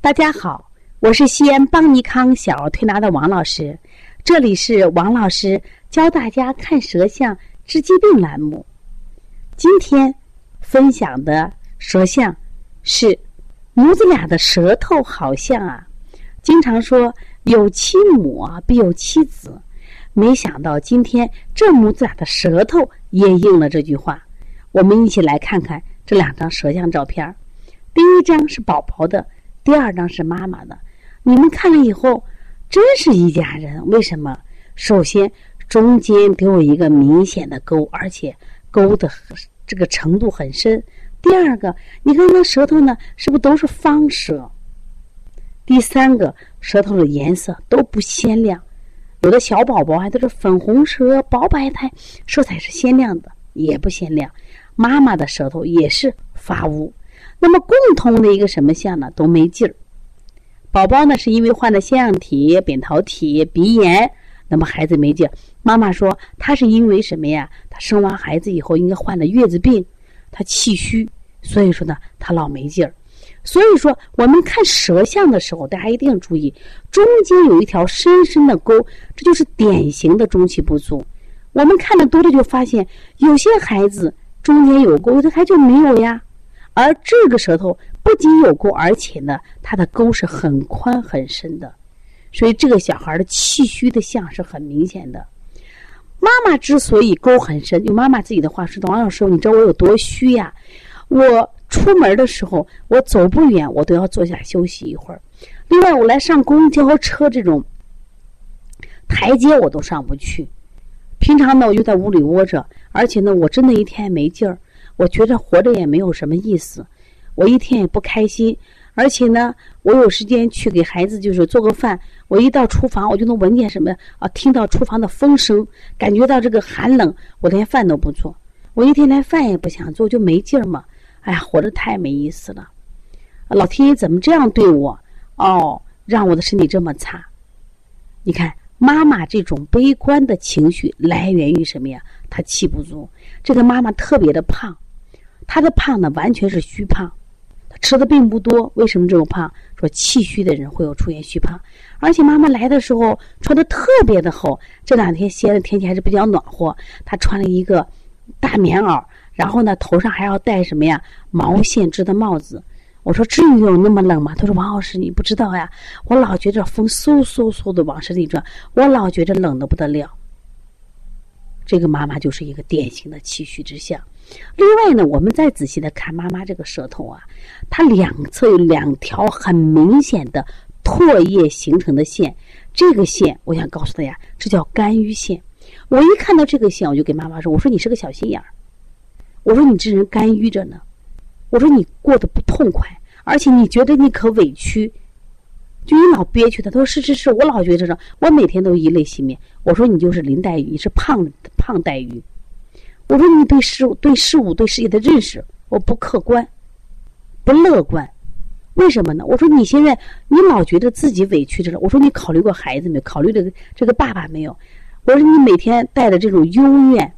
大家好，我是西安邦尼康小儿推拿的王老师，这里是王老师教大家看舌象治疾病栏目。今天分享的舌象是母子俩的舌头好像啊，经常说有其母啊必有其子，没想到今天这母子俩的舌头也应了这句话。我们一起来看看这两张舌象照片。第一张是宝宝的，第二张是妈妈的。你们看了以后真是一家人。为什么？首先中间都有一个明显的沟，而且沟的这个程度很深。第二个，你看那舌头呢，是不是都是方舌？第三个，舌头的颜色都不鲜亮，有的小宝宝还都是粉红舌、薄白苔，色彩是鲜亮的，也不鲜亮。妈妈的舌头也是发乌。那么共同的一个什么象呢？都没劲儿。宝宝呢是因为患了腺样体、扁桃体、鼻炎，那么孩子没劲儿。妈妈说他是因为什么呀？他生完孩子以后应该患了月子病，他气虚，所以说呢他老没劲儿。所以说我们看舌象的时候，大家一定要注意，中间有一条深深的沟，这就是典型的中气不足。我们看的多了就发现，有些孩子中间有沟，有的孩子就没有呀。而这个舌头不仅有沟，而且呢，它的沟是很宽很深的，所以这个小孩的气虚的象是很明显的。妈妈之所以沟很深，用妈妈自己的话说：“王老师，你知道我有多虚呀？我出门的时候，我走不远，我都要坐下休息一会儿。另外，我来上公交车这种台阶我都上不去。平常呢，我就在屋里窝着，而且呢，我真的一天也没劲儿。”我觉得活着也没有什么意思，我一天也不开心，而且呢，我有时间去给孩子就是做个饭，我一到厨房我就能闻见什么啊，听到厨房的风声，感觉到这个寒冷，我连饭都不做，我一天连饭也不想做，就没劲儿嘛。哎呀，活着太没意思了，老天爷怎么这样对我？哦，让我的身体这么差。你看妈妈这种悲观的情绪来源于什么呀？她气不足。这个妈妈特别的胖，她的胖呢完全是虚胖，她吃的并不多。为什么这种胖？说气虚的人会有出现虚胖，而且妈妈来的时候穿的特别的厚。这两天西安的天气还是比较暖和，她穿了一个大棉袄，然后呢头上还要戴什么呀？毛线织的帽子。我说至于有那么冷吗？他说王老师你不知道呀，我老觉着风嗖嗖嗖的往身里转，我老觉着冷得不得了。这个妈妈就是一个典型的气虚之象。另外呢，我们再仔细的看妈妈这个舌头啊，它两侧有两条很明显的唾液形成的线，这个线我想告诉大家，这叫肝郁线。我一看到这个线，我就给妈妈说，我说你是个小心眼儿，我说你这人肝郁着呢，我说你过得不痛快，而且你觉得你可委屈，就你老憋屈的。他说是，我老觉着我每天都以泪洗面。我说你就是林黛玉，你是胖黛玉。我说你对事物对世界的认识我不客观不乐观，为什么呢？我说你现在你老觉得自己委屈着了。我说你考虑过孩子没有？考虑这个爸爸没有？我说你每天带着这种幽怨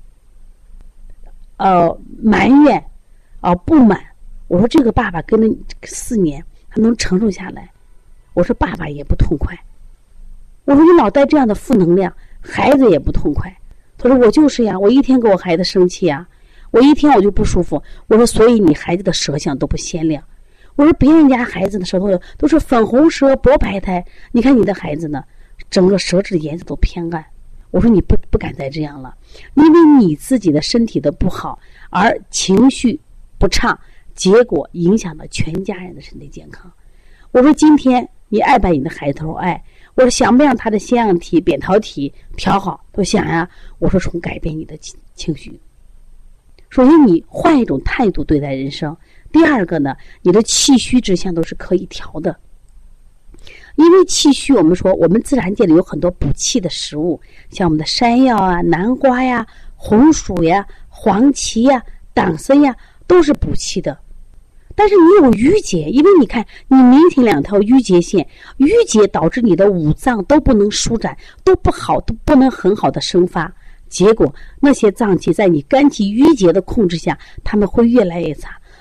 埋怨不满，我说这个爸爸跟了4年他能承受下来，我说爸爸也不痛快。我说你老带这样的负能量，孩子也不痛快。他说我就是呀，我一天给我孩子生气呀，我一天我就不舒服。我说所以你孩子的舌象都不鲜亮。我说别人家孩子的舌头都是粉红舌、薄白苔，你看你的孩子呢，整个舌质的颜色都偏暗。我说你不敢再这样了，因为你自己的身体的不好，而情绪不畅，结果影响了全家人的身体健康。我说今天你爱把你的孩子，他说爱。我说想不想他的腺样体、扁桃体调好？都想呀。我说从改变你的情绪。首先你换一种态度对待人生。第二个呢，你的气虚之象都是可以调的。因为气虚，我们说我们自然界里有很多补气的食物，像我们的山药啊、南瓜呀、红薯呀、黄芪呀、党参呀，都是补气的。但是你有淤结，因为你看你明显两条淤结线，淤结导致你的五脏都不能舒展，都不好，都不能很好的生发，结果那些脏器在你肝气淤结的控制下，它们会越来越差，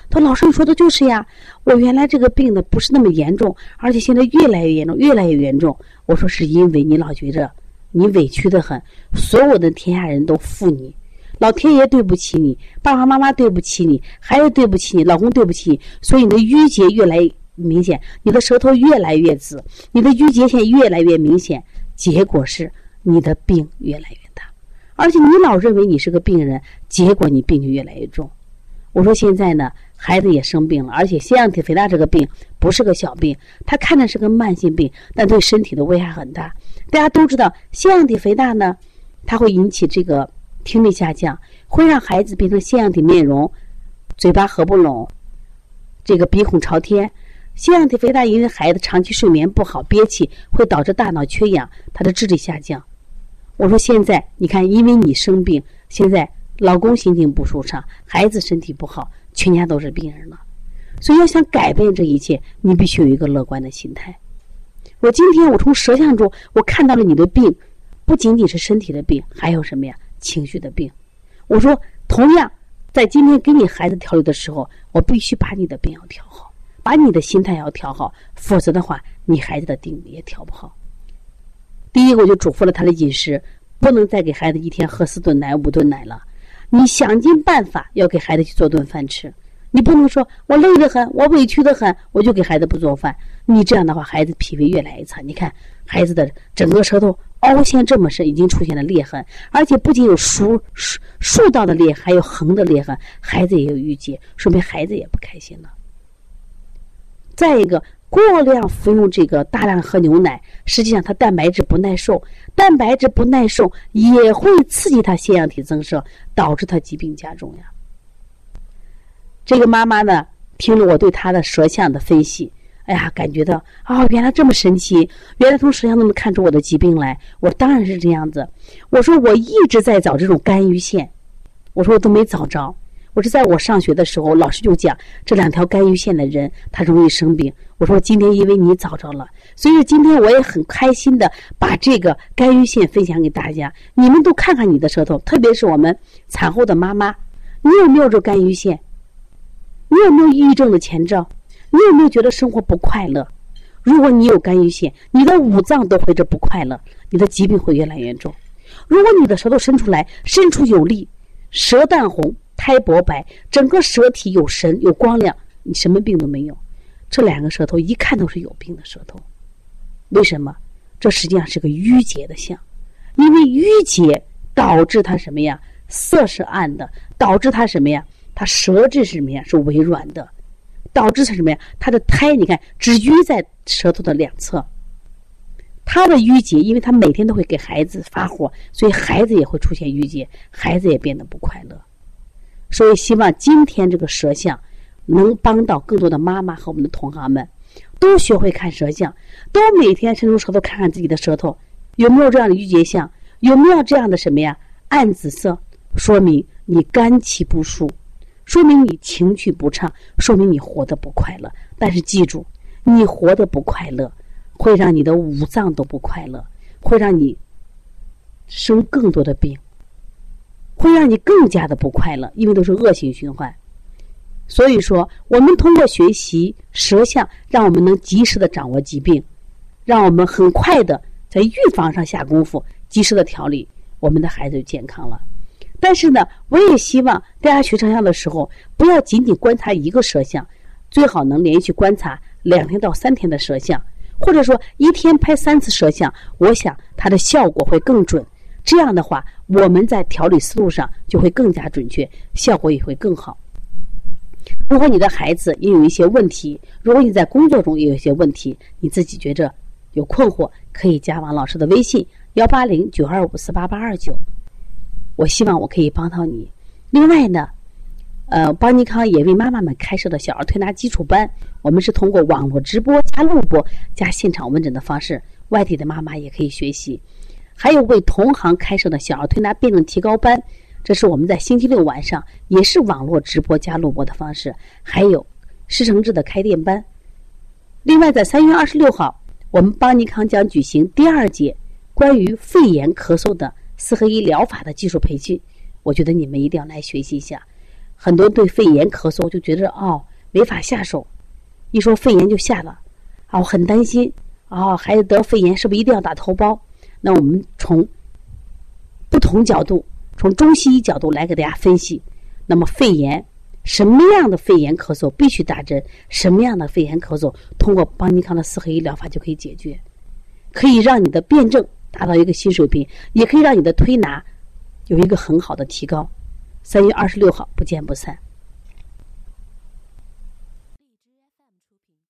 他说老师你说的就是呀，我原来这个病呢不是那么严重，而且现在越来越严重，越来越严重。我说是因为你老觉着你委屈得很，所有的天下人都负你，老天爷对不起你，爸爸妈妈对不起你，孩子对不起你，老公对不起你，所以你的淤结越来越明显，你的舌头越来越紫，你的淤结线越来越明显，结果是你的病越来越大，而且你老认为你是个病人，结果你病就越来越重。我说现在呢，孩子也生病了，而且腺样体肥大这个病不是个小病，它看着是个慢性病，但对身体的危害很大。大家都知道，腺样体肥大呢，它会引起这个听力下降，会让孩子变成腺样体面容，嘴巴合不拢，这个鼻孔朝天。腺样体肥大因为孩子长期睡眠不好，憋气，会导致大脑缺氧，他的智力下降。我说现在你看，因为你生病，现在老公心情不舒畅，孩子身体不好，全家都是病人了。所以要想改变这一切，你必须有一个乐观的心态。我今天我从舌象中我看到了你的病，不仅仅是身体的病，还有什么呀？情绪的病。我说同样在今天给你孩子调理的时候，我必须把你的病要调好，把你的心态要调好，否则的话你孩子的病也调不好。第一个我就嘱咐了他的饮食，不能再给孩子一天喝4顿奶5顿奶了，你想尽办法要给孩子去做顿饭吃。你不能说我累得很，我委屈得很，我就给孩子不做饭。你这样的话，孩子脾胃越来越差。你看孩子的整个舌头凹陷这么深，已经出现了裂痕，而且不仅有竖道的裂痕，还有横的裂痕，孩子也有淤结，说明孩子也不开心了。再一个，过量服用这个大量喝牛奶，实际上它蛋白质不耐受，蛋白质不耐受也会刺激它腺样体增生，导致它疾病加重呀。这个妈妈呢，听了我对她的舌象的分析，哎呀，感觉到原来这么神奇，原来从舌象都能看出我的疾病来。我当然是这样子。我说我一直在找这种肝郁线，我说我都没找着。我是在我上学的时候，老师就讲这2条肝郁线的人他容易生病。我说今天因为你找着了，所以今天我也很开心的把这个肝郁线分享给大家。你们都看看你的舌头，特别是我们产后的妈妈，你有没有这肝郁线？你有没有抑郁症的前兆？你有没有觉得生活不快乐？如果你有肝郁线，你的5脏都会不快乐，你的疾病会越来越重。如果你的舌头伸出来，伸出有力，舌淡红，苔薄白，整个舌体有神有光亮，你什么病都没有。这2个舌头一看都是有病的舌头。为什么？这实际上是个淤结的象，因为淤结导致它什么呀？色是暗的，导致它什么呀？它舌质是什么呀？是微软的，导致它什么呀？它的苔你看只淤在舌头的2侧。它的淤结，因为它每天都会给孩子发火，所以孩子也会出现淤结，孩子也变得不快乐。所以希望今天这个舌象能帮到更多的妈妈和我们的同行们，都学会看舌象，都每天伸出舌头看看自己的舌头有没有这样的淤结象，有没有这样的什么呀暗紫色，说明你肝气不舒，说明你情绪不畅，说明你活得不快乐。但是记住，你活得不快乐会让你的5脏都不快乐，会让你生更多的病，会让你更加的不快乐，因为都是恶性循环。所以说我们通过学习舌象，让我们能及时的掌握疾病，让我们很快的在预防上下功夫，及时的调理，我们的孩子就健康了。但是呢，我也希望大家学舌象的时候，不要仅仅观察一个舌象，最好能连续观察2天到3天的舌象，或者说1天拍3次舌象，我想它的效果会更准。这样的话，我们在调理思路上就会更加准确，效果也会更好。如果你的孩子也有一些问题，如果你在工作中也有一些问题，你自己觉着有困惑，可以加王老师的微信180-925-48829，我希望我可以帮到你。另外呢，邦尼康也为妈妈们开设的小儿推拿基础班，我们是通过网络直播加录播加现场问诊的方式，外地的妈妈也可以学习。还有为同行开设的小儿推拿辩证提高班，这是我们在星期6晚上也是网络直播加录播的方式。还有师承志的开店班。另外在3月26号，我们邦尼康将举行第2节关于肺炎咳嗽的4合1疗法的技术培训，我觉得你们一定要来学习一下。 很多对肺炎咳嗽就觉得没法下手，一说肺炎就吓了，我很担心，孩子得肺炎是不是一定要打头孢？那我们从不同角度，从中西医角度来给大家分析。那么肺炎，什么样的肺炎咳嗽必须打针，什么样的肺炎咳嗽通过邦尼康的4合1疗法就可以解决，可以让你的辩证达到一个新水平，也可以让你的推拿有一个很好的提高。3月26号不见不散。